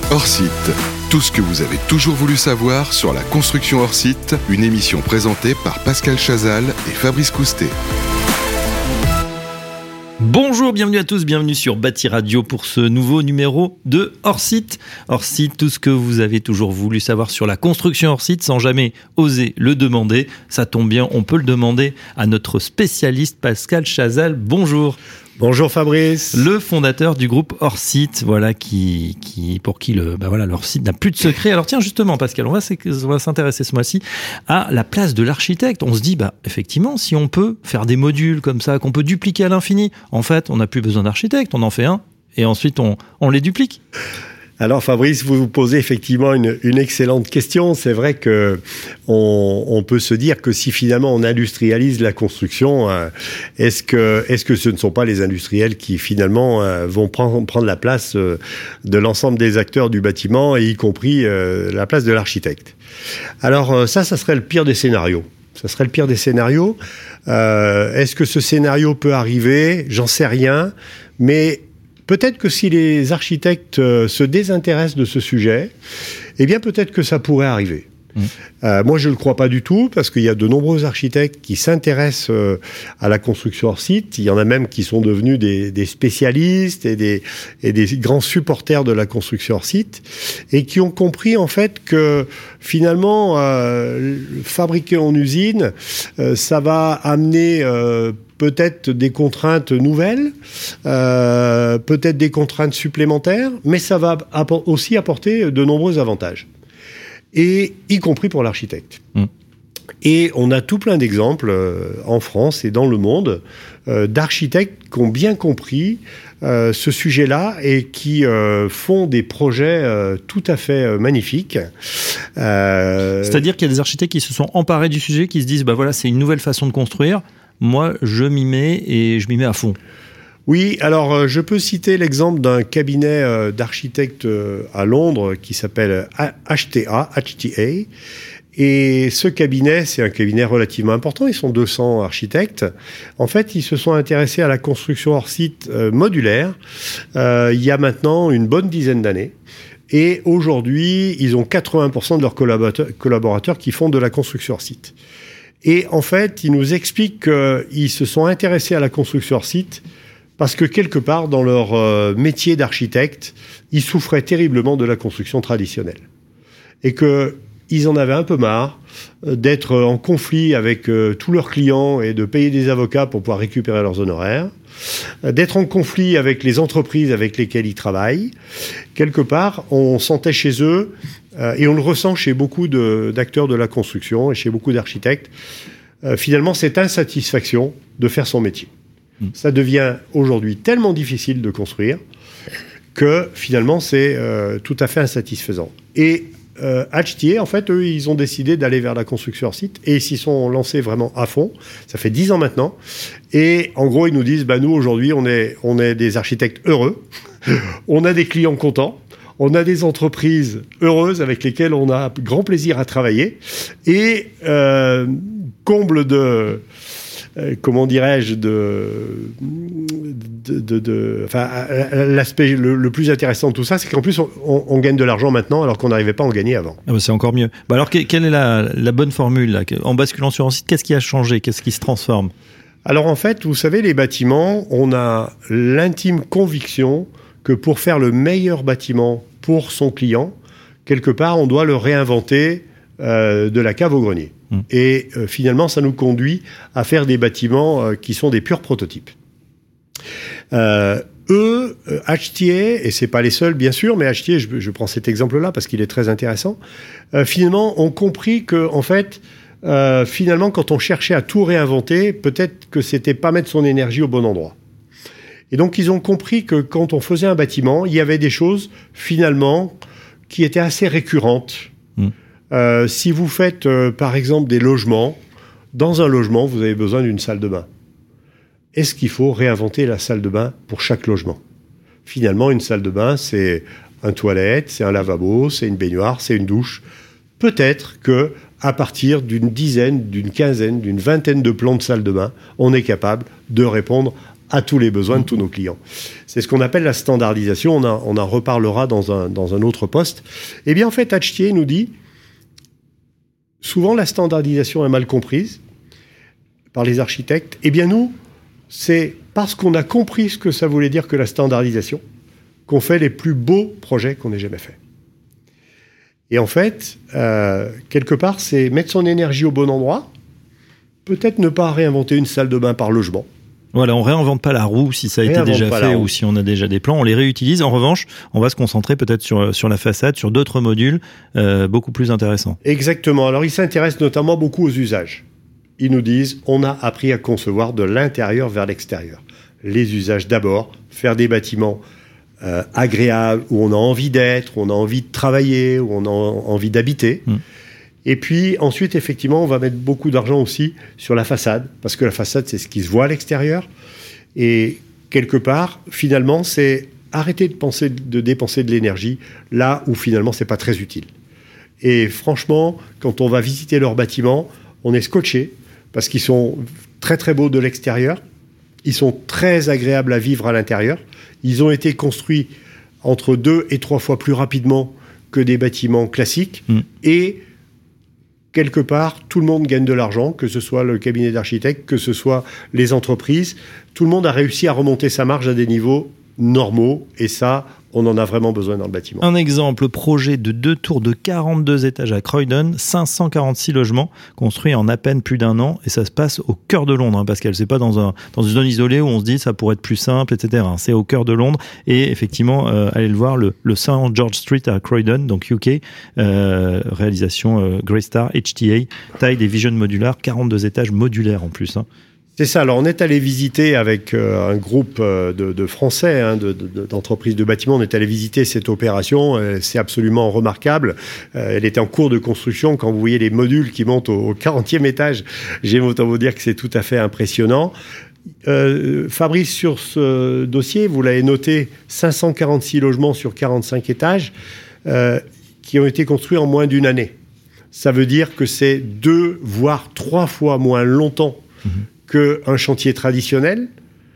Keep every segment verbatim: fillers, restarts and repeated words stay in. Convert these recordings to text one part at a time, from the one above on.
Hors site, tout ce que vous avez toujours voulu savoir sur la construction hors site, une émission présentée par Pascal Chazal et Fabrice Coustet. Bonjour, bienvenue à tous, bienvenue sur Bâti Radio pour ce nouveau numéro de Hors Site. Hors Site, tout ce que vous avez toujours voulu savoir sur la construction hors site sans jamais oser le demander. Ça tombe bien, on peut le demander à notre spécialiste Pascal Chazal. Bonjour. Bonjour Fabrice. Le fondateur du groupe Hors Site, voilà, qui, qui, pour qui le, bah voilà, leur site n'a plus de secret. Alors tiens, justement, Pascal, on va, on va s'intéresser ce mois-ci à la place de l'architecte. On se dit, bah, effectivement, si on peut faire des modules comme ça, qu'on peut dupliquer à l'infini, en fait, on n'a plus besoin d'architecte, on en fait un, et ensuite on, on les duplique. Alors Fabrice, vous vous posez effectivement une, une excellente question. C'est vrai que on, on peut se dire que si finalement on industrialise la construction, euh, est-ce que est-ce que ce ne sont pas les industriels qui finalement euh, vont prendre, prendre la place euh, de l'ensemble des acteurs du bâtiment, et y compris euh, la place de l'architecte? Alors euh, ça, ça serait le pire des scénarios. Ça serait le pire des scénarios. Euh, est-ce que ce scénario peut arriver? J'en sais rien, mais peut-être que si les architectes euh, se désintéressent de ce sujet, eh bien peut-être que ça pourrait arriver. Mmh. Euh, moi, je ne le crois pas du tout, parce qu'il y a de nombreux architectes qui s'intéressent euh, à la construction hors site. Il y en a même qui sont devenus des, des spécialistes et des, et des grands supporters de la construction hors site, et qui ont compris en fait que finalement, euh, fabriquer en usine, euh, ça va amener euh, peut-être des contraintes nouvelles, euh, peut-être des contraintes supplémentaires, mais ça va appor- aussi apporter de nombreux avantages, et y compris pour l'architecte. Mmh. Et on a tout plein d'exemples euh, en France et dans le monde euh, d'architectes qui ont bien compris euh, ce sujet-là et qui euh, font des projets euh, tout à fait euh, magnifiques. Euh... C'est-à-dire qu'il y a des architectes qui se sont emparés du sujet, qui se disent bah voilà, c'est une nouvelle façon de construire. Moi, je m'y mets et je m'y mets à fond. Oui, alors euh, je peux citer l'exemple d'un cabinet euh, d'architectes euh, à Londres qui s'appelle H T A, H T A. Et ce cabinet, c'est un cabinet relativement important. Ils sont deux cents architectes. En fait, ils se sont intéressés à la construction hors site euh, modulaire euh, il y a maintenant une bonne dizaine d'années. Et aujourd'hui, ils ont quatre-vingts pour cent de leurs collaborateurs, collaborateurs qui font de la construction hors site. Et en fait, ils nous expliquent qu'ils se sont intéressés à la construction hors site parce que quelque part, dans leur euh, métier d'architecte, ils souffraient terriblement de la construction traditionnelle. Et qu'ils en avaient un peu marre euh, d'être en conflit avec euh, tous leurs clients et de payer des avocats pour pouvoir récupérer leurs honoraires, euh, d'être en conflit avec les entreprises avec lesquelles ils travaillent. Quelque part, on sentait chez eux, euh, et on le ressent chez beaucoup de, d'acteurs de la construction et chez beaucoup d'architectes, euh, finalement, cette insatisfaction de faire son métier. Mmh. Ça devient aujourd'hui tellement difficile de construire que finalement, c'est euh, tout à fait insatisfaisant. Et euh, H T A, en fait, eux, ils ont décidé d'aller vers la construction hors site et ils s'y sont lancés vraiment à fond. Ça fait dix ans maintenant. Et en gros, ils nous disent, bah, nous, aujourd'hui, on est, on est des architectes heureux. On a des clients contents. On a des entreprises heureuses avec lesquelles on a grand plaisir à travailler. Et euh, comble de... Euh, comment dirais-je, de, de, de, de, enfin, l'aspect le, le plus intéressant de tout ça, c'est qu'en plus, on, on gagne de l'argent maintenant alors qu'on n'arrivait pas à en gagner avant. Ah bah c'est encore mieux. Bah alors, quelle est la, la bonne formule là? En basculant sur un site, qu'est-ce qui a changé? Qu'est-ce qui se transforme? Alors en fait, vous savez, les bâtiments, on a l'intime conviction que pour faire le meilleur bâtiment pour son client, quelque part, on doit le réinventer euh, de la cave au grenier. Mmh. Et euh, finalement, ça nous conduit à faire des bâtiments euh, qui sont des purs prototypes. Euh, eux, euh, H T A, et c'est pas les seuls bien sûr, mais H T A, je, je prends cet exemple-là parce qu'il est très intéressant, euh, finalement, ont compris que, en fait, euh, finalement, quand on cherchait à tout réinventer, peut-être que c'était pas mettre son énergie au bon endroit. Et donc, ils ont compris que quand on faisait un bâtiment, il y avait des choses, finalement, qui étaient assez récurrentes. Mmh. Euh, si vous faites, euh, par exemple, des logements, dans un logement, vous avez besoin d'une salle de bain. Est-ce qu'il faut réinventer la salle de bain pour chaque logement? Finalement, une salle de bain, c'est un toilette, c'est un lavabo, c'est une baignoire, c'est une douche. Peut-être que à partir d'une dizaine, d'une quinzaine, d'une vingtaine de plans de salle de bain, on est capable de répondre à tous les besoins de tous nos clients. C'est ce qu'on appelle la standardisation. On, a, on en reparlera dans un, dans un autre poste. Eh bien, en fait, H T A nous dit, souvent la standardisation est mal comprise par les architectes. Eh bien, nous, c'est parce qu'on a compris ce que ça voulait dire que la standardisation qu'on fait les plus beaux projets qu'on ait jamais faits. Et en fait, euh, quelque part, c'est mettre son énergie au bon endroit, peut-être ne pas réinventer une salle de bain par logement. Voilà, on réinvente pas la roue si ça a été déjà fait ou si on a déjà des plans, on les réutilise. En revanche, on va se concentrer peut-être sur, sur la façade, sur d'autres modules euh, beaucoup plus intéressants. Exactement. Alors, ils s'intéressent notamment beaucoup aux usages. Ils nous disent, on a appris à concevoir de l'intérieur vers l'extérieur. Les usages d'abord, faire des bâtiments euh, agréables, où on a envie d'être, où on a envie de travailler, où on a envie d'habiter. Mmh. Et puis ensuite, effectivement, on va mettre beaucoup d'argent aussi sur la façade, parce que la façade, c'est ce qui se voit à l'extérieur. Et quelque part, finalement, c'est arrêter de penser, de dépenser de l'énergie là où finalement, c'est pas très utile. Et franchement, quand on va visiter leurs bâtiments, on est scotché, parce qu'ils sont très très beaux de l'extérieur, ils sont très agréables à vivre à l'intérieur, ils ont été construits entre deux et trois fois plus rapidement que des bâtiments classiques, mmh. et quelque part, tout le monde gagne de l'argent, que ce soit le cabinet d'architectes, que ce soit les entreprises. Tout le monde a réussi à remonter sa marge à des niveaux normaux. Et ça, on en a vraiment besoin dans le bâtiment. Un exemple, projet de deux tours de quarante-deux étages à Croydon, cinq cent quarante-six logements construits en à peine plus d'un an. Et ça se passe au cœur de Londres, hein, Pascal. C'est pas dans, un, dans une zone isolée où on se dit ça pourrait être plus simple, et cetera. C'est au cœur de Londres. Et effectivement, euh, allez le voir, le, le Saint George Street à Croydon, donc U K, euh, réalisation euh, Greystar, H T A, taille des Vision modulaires, quarante-deux étages modulaires en plus. Hein. C'est ça. Alors, on est allé visiter avec euh, un groupe euh, de, de Français, hein, de, de, d'entreprises de bâtiments. On est allé visiter cette opération. Euh, c'est absolument remarquable. Euh, elle était en cours de construction. Quand vous voyez les modules qui montent au, au quarantième étage, j'aime autant vous dire que c'est tout à fait impressionnant. Euh, Fabrice, sur ce dossier, vous l'avez noté, cinq cent quarante-six logements sur quarante-cinq étages euh, qui ont été construits en moins d'une année. Ça veut dire que c'est deux, voire trois fois moins longtemps mmh. qu'un chantier traditionnel.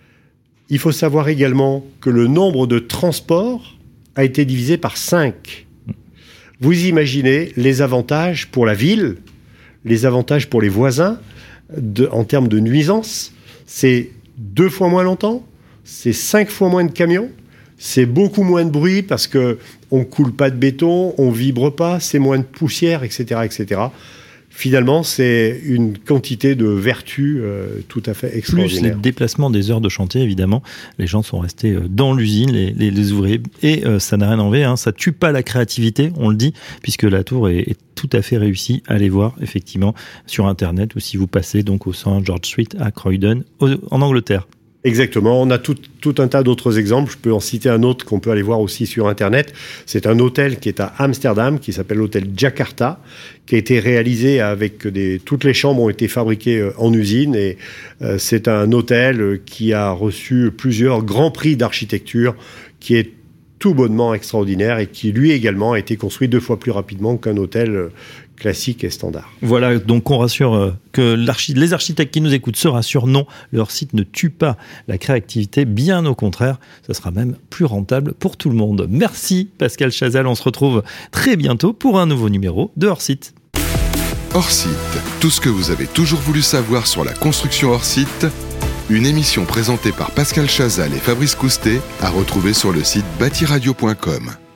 Il faut savoir également que le nombre de transports a été divisé par cinq. Vous imaginez les avantages pour la ville, les avantages pour les voisins, de, en termes de nuisances. C'est deux fois moins longtemps, c'est cinq fois moins de camions, c'est beaucoup moins de bruit parce qu'on ne coule pas de béton, on ne vibre pas, c'est moins de poussière, et cetera, et cetera. Finalement, c'est une quantité de vertus euh, tout à fait extraordinaire. Plus les déplacements des heures de chantier, évidemment. Les gens sont restés dans l'usine, les, les, les ouvriers. Et euh, ça n'a rien enlevé, hein. Ça tue pas la créativité, on le dit, puisque la tour est, est tout à fait réussie. Allez voir, effectivement, sur Internet, ou si vous passez donc au Saint George Street à Croydon, au, en Angleterre. Exactement. On a tout, tout un tas d'autres exemples. Je peux en citer un autre qu'on peut aller voir aussi sur Internet. C'est un hôtel qui est à Amsterdam, qui s'appelle l'hôtel Jakarta, qui a été réalisé avec des... Toutes les chambres ont été fabriquées en usine et euh, c'est un hôtel qui a reçu plusieurs grands prix d'architecture, qui est tout bonnement extraordinaire et qui, lui également, a été construit deux fois plus rapidement qu'un hôtel classique et standard. Voilà, donc on rassure que l'archi- les architectes qui nous écoutent se rassurent, non, leur site ne tue pas la créativité, bien au contraire, ça sera même plus rentable pour tout le monde. Merci Pascal Chazal, on se retrouve très bientôt pour un nouveau numéro de Hors Site. Hors Site, tout ce que vous avez toujours voulu savoir sur la construction hors site, une émission présentée par Pascal Chazal et Fabrice Coustet, à retrouver sur le site bâti radio point com.